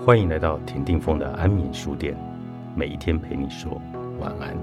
欢迎来到田定峰的安眠书店，每一天陪你说晚安。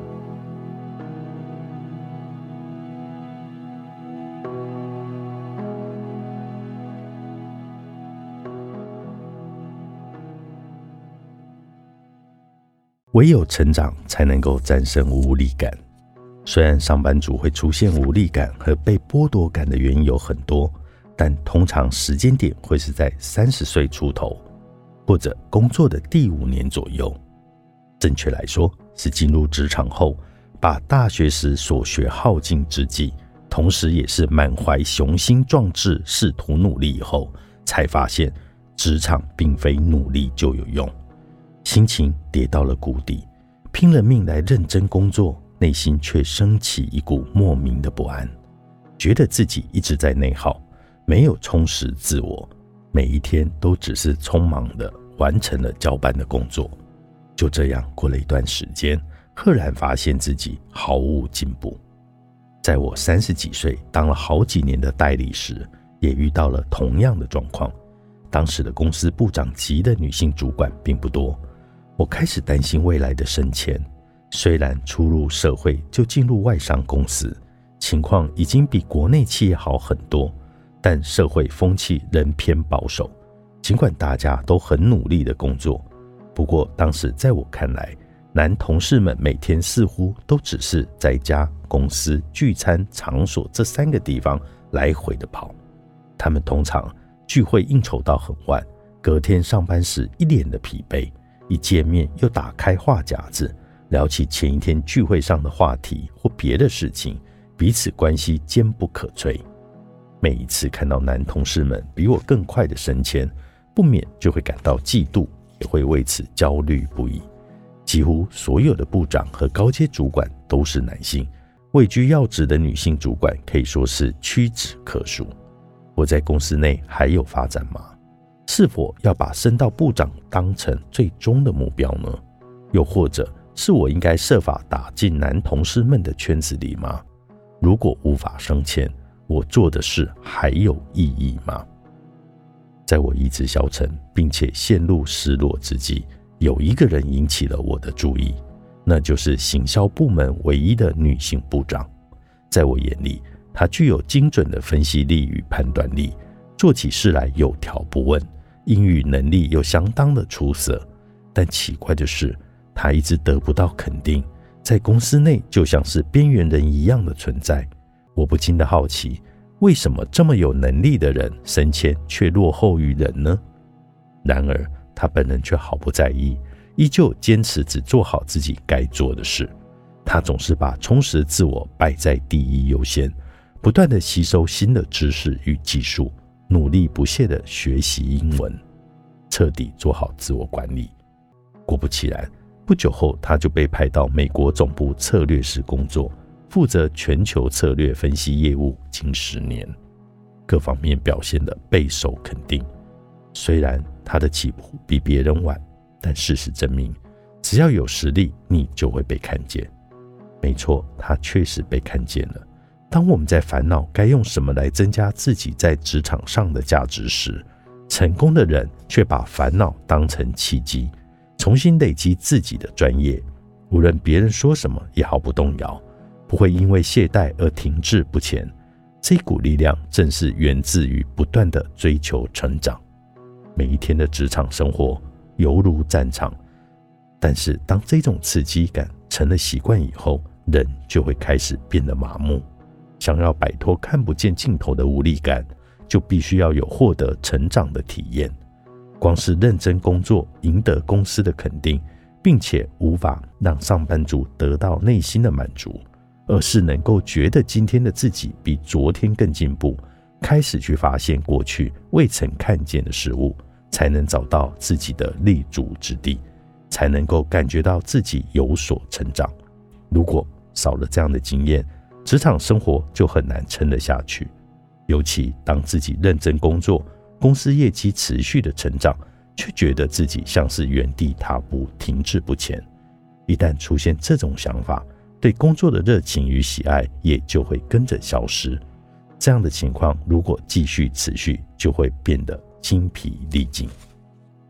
唯有成长才能够战胜无力感。虽然上班族会出现无力感和被剥夺感的原因有很多，但通常时间点会是在30岁出头，或者工作的第5年左右。正确来说，是进入职场后，把大学时所学耗尽之际，同时也是满怀雄心壮志试图努力以后，才发现职场并非努力就有用，心情跌到了谷底，拼了命来认真工作，内心却升起一股莫名的不安，觉得自己一直在内耗，没有充实自我，每一天都只是匆忙的完成了交办的工作。就这样过了一段时间，赫然发现自己毫无进步。在我30几岁当了好几年的代理时，也遇到了同样的状况。当时的公司部长级的女性主管并不多，我开始担心未来的升迁。虽然初入社会就进入外商公司，情况已经比国内企业好很多，但社会风气仍偏保守。尽管大家都很努力的工作，不过当时在我看来，男同事们每天似乎都只是在家、公司、聚餐场所这3个地方来回的跑。他们通常聚会应酬到很晚，隔天上班时一脸的疲惫，一见面又打开话匣子，聊起前一天聚会上的话题或别的事情，彼此关系坚不可摧。每一次看到男同事们比我更快的升迁，不免就会感到嫉妒，也会为此焦虑不已。几乎所有的部长和高阶主管都是男性，位居要职的女性主管可以说是屈指可数。我在公司内还有发展吗？是否要把升到部长当成最终的目标呢？又或者是我应该设法打进男同事们的圈子里吗？如果无法升迁，我做的事还有意义吗？在我意志消沉并且陷入失落之际，有一个人引起了我的注意，那就是行销部门唯一的女性部长。在我眼里，她具有精准的分析力与判断力，做起事来有条不紊，英语能力又相当的出色。但奇怪的是，她一直得不到肯定，在公司内就像是边缘人一样的存在。我不禁的好奇，为什么这么有能力的人升迁却落后于人呢？然而他本人却毫不在意，依旧坚持只做好自己该做的事。他总是把充实自我摆在第一优先，不断的吸收新的知识与技术，努力不懈的学习英文，彻底做好自我管理。果不其然，不久后他就被派到美国总部策略室工作，负责全球策略分析业务近10年，各方面表现得备受肯定。虽然他的起步比别人晚，但事实证明，只要有实力，你就会被看见。没错，他确实被看见了。当我们在烦恼该用什么来增加自己在职场上的价值时，成功的人却把烦恼当成契机，重新累积自己的专业，无论别人说什么也毫不动摇，不会因为懈怠而停滞不前。这股力量正是源自于不断的追求成长。每一天的职场生活犹如战场，但是当这种刺激感成了习惯以后，人就会开始变得麻木。想要摆脱看不见尽头的无力感，就必须要有获得成长的体验。光是认真工作，赢得公司的肯定，并且无法让上班族得到内心的满足，而是能够觉得今天的自己比昨天更进步，开始去发现过去未曾看见的事物，才能找到自己的立足之地，才能够感觉到自己有所成长。如果少了这样的经验，职场生活就很难撑得下去。尤其当自己认真工作，公司业绩持续的成长，却觉得自己像是原地踏步，停滞不前。一旦出现这种想法，对工作的热情与喜爱也就会跟着消失。这样的情况如果继续持续，就会变得精疲力尽。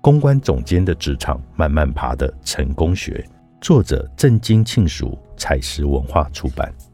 公关总监的职场慢慢爬的成功学，作者郑经庆署，采石文化出版。